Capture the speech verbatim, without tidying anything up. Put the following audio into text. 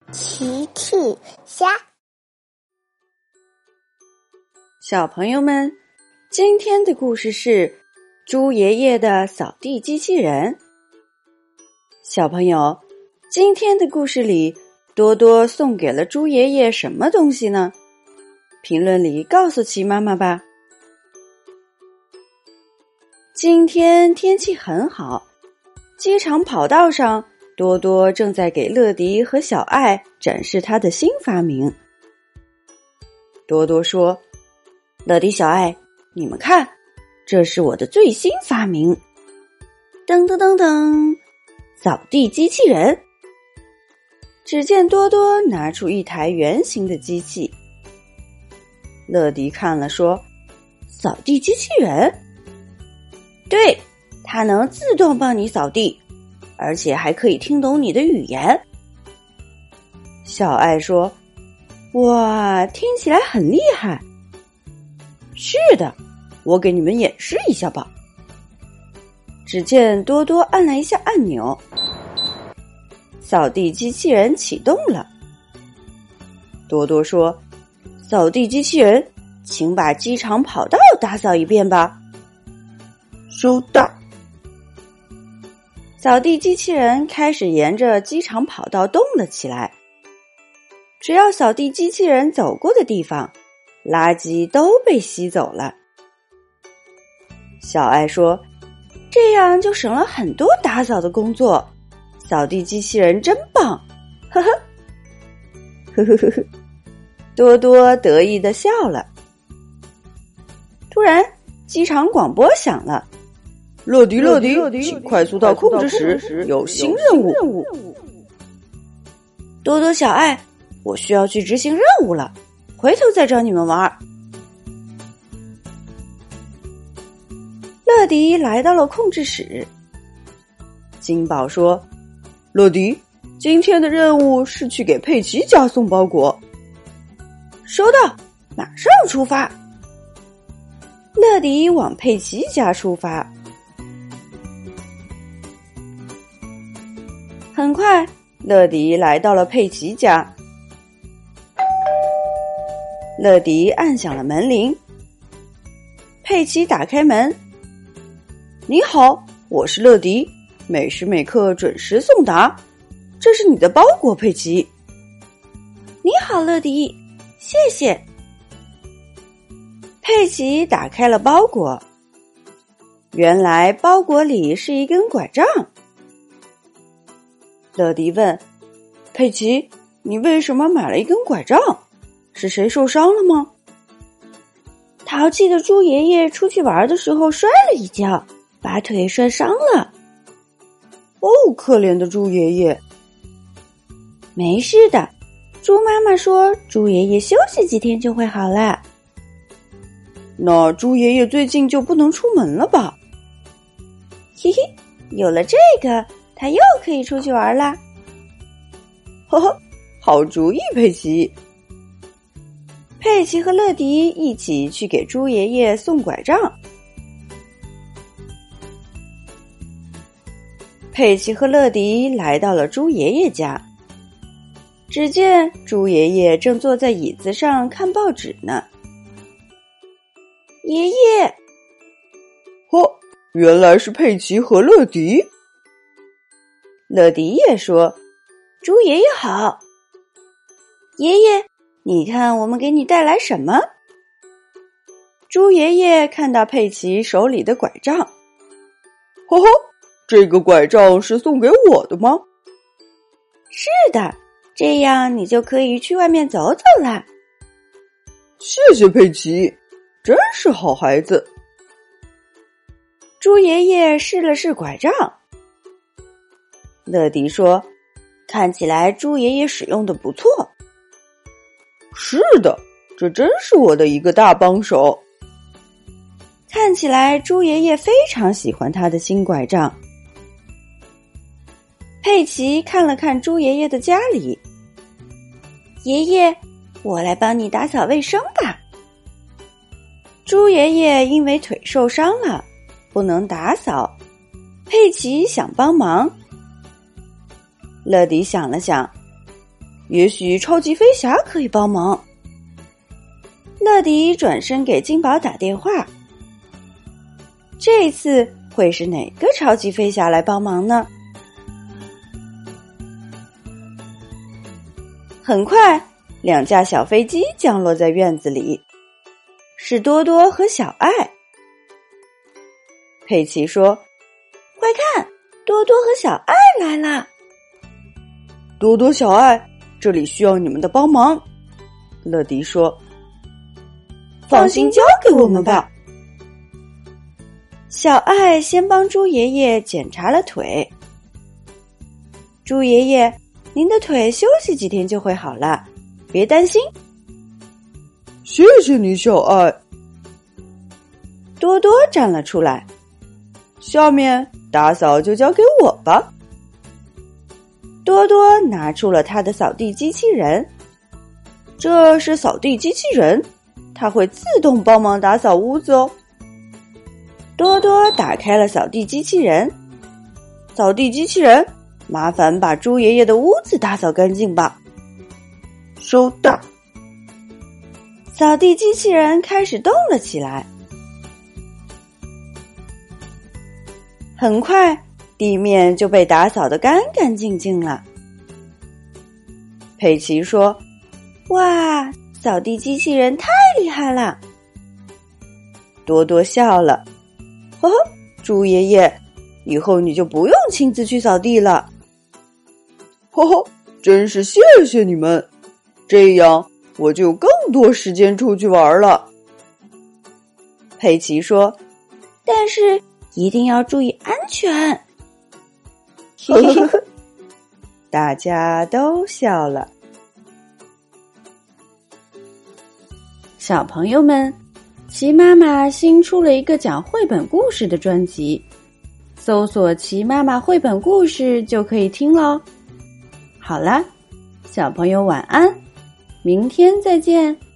奇趣虾。 小朋友们，今天的故事是猪爷爷的扫地机器人。小朋友，今天的故事里，多多送给了猪爷爷什么东西呢？评论里告诉奇妈妈吧。今天天气很好，机场跑道上，多多正在给乐迪和小爱展示他的新发明。多多说：乐迪、小爱，你们看，这是我的最新发明。噔噔噔噔，扫地机器人。只见多多拿出一台圆形的机器。乐迪看了说：扫地机器人？对，它能自动帮你扫地，而且还可以听懂你的语言。小爱说：哇，听起来很厉害。是的，我给你们演示一下吧。只见多多按了一下按钮，扫地机器人启动了。多多说：扫地机器人，请把机场跑道打扫一遍吧。收到。扫地机器人开始沿着机场跑道动了起来。只要扫地机器人走过的地方，垃圾都被吸走了。小爱说：这样就省了很多打扫的工作，扫地机器人真棒，呵呵，呵呵呵呵。多多得意地笑了。突然，机场广播响了：乐迪，乐迪，请快速到控制室，有新任务。多多、小爱，我需要去执行任务了，回头再找你们玩。乐迪来到了控制室。金宝说：乐迪，今天的任务是去给佩奇家送包裹。收到，马上出发。乐迪往佩奇家出发。很快，乐迪来到了佩奇家。乐迪按响了门铃。佩奇打开门。你好，我是乐迪，每时每刻准时送达。这是你的包裹，佩奇。你好，乐迪，谢谢。佩奇打开了包裹。原来包裹里是一根拐杖。乐迪问：佩奇，你为什么买了一根拐杖？是谁受伤了吗？淘气的猪爷爷出去玩的时候摔了一跤，把腿摔伤了。哦，可怜的猪爷爷。没事的，猪妈妈说猪爷爷休息几天就会好了。那猪爷爷最近就不能出门了吧？嘿嘿，有了这个，他又可以出去玩啦。呵呵，好主意，佩奇。佩奇和乐迪一起去给猪爷爷送拐杖。佩奇和乐迪来到了猪爷爷家。只见猪爷爷正坐在椅子上看报纸呢。爷爷， 哦，原来是佩奇和乐迪。 乐迪也说：猪爷爷好。爷爷，你看我们给你带来什么？猪爷爷看到佩奇手里的拐杖。 呵呵，这个拐杖是送给我的吗？ 是的，这样你就可以去外面走走了。 谢谢佩奇，真是好孩子。 猪爷爷试了试拐杖。乐迪说：看起来猪爷爷使用的不错。 是的，这真是我的一个大帮手。 看起来猪爷爷非常喜欢他的新拐杖。佩奇看了看猪爷爷的家里。爷爷，我来帮你打扫卫生吧。猪爷爷因为腿受伤了，不能打扫。佩奇想帮忙。乐迪想了想， 也许超级飞侠可以帮忙。乐迪转身给金宝打电话，这次会是哪个超级飞侠来帮忙呢？很快，两架小飞机降落在院子里，是多多和小爱。佩奇说：“快看，多多和小爱来了！” 多多、小爱，这里需要你们的帮忙。乐迪说：“ 放心交给我们吧。”小爱先帮猪爷爷检查了腿。猪爷爷，您的腿休息几天就会好了，别担心。 谢谢你，小爱。 多多站了出来， 下面打扫就交给我吧。 多多拿出了他的扫地机器人， 这是扫地机器人，它会自动帮忙打扫屋子哦。 多多打开了扫地机器人， 扫地机器人，麻烦把猪爷爷的屋子打扫干净吧。收到。 扫地机器人开始动了起来。很快，地面就被打扫得干干净净了。佩奇说：“哇，扫地机器人太厉害了！”多多笑了：“ 呵呵，猪爷爷，以后你就不用亲自去扫地了。”呵呵，真是谢谢你们，这样我就有更多时间出去玩了。 佩奇说：“但是一定要注意安全。”大家都笑了。小朋友们，奇妈妈新出了一个讲绘本故事的专辑，搜索奇妈妈绘本故事就可以听咯。好啦，小朋友晚安，明天再见。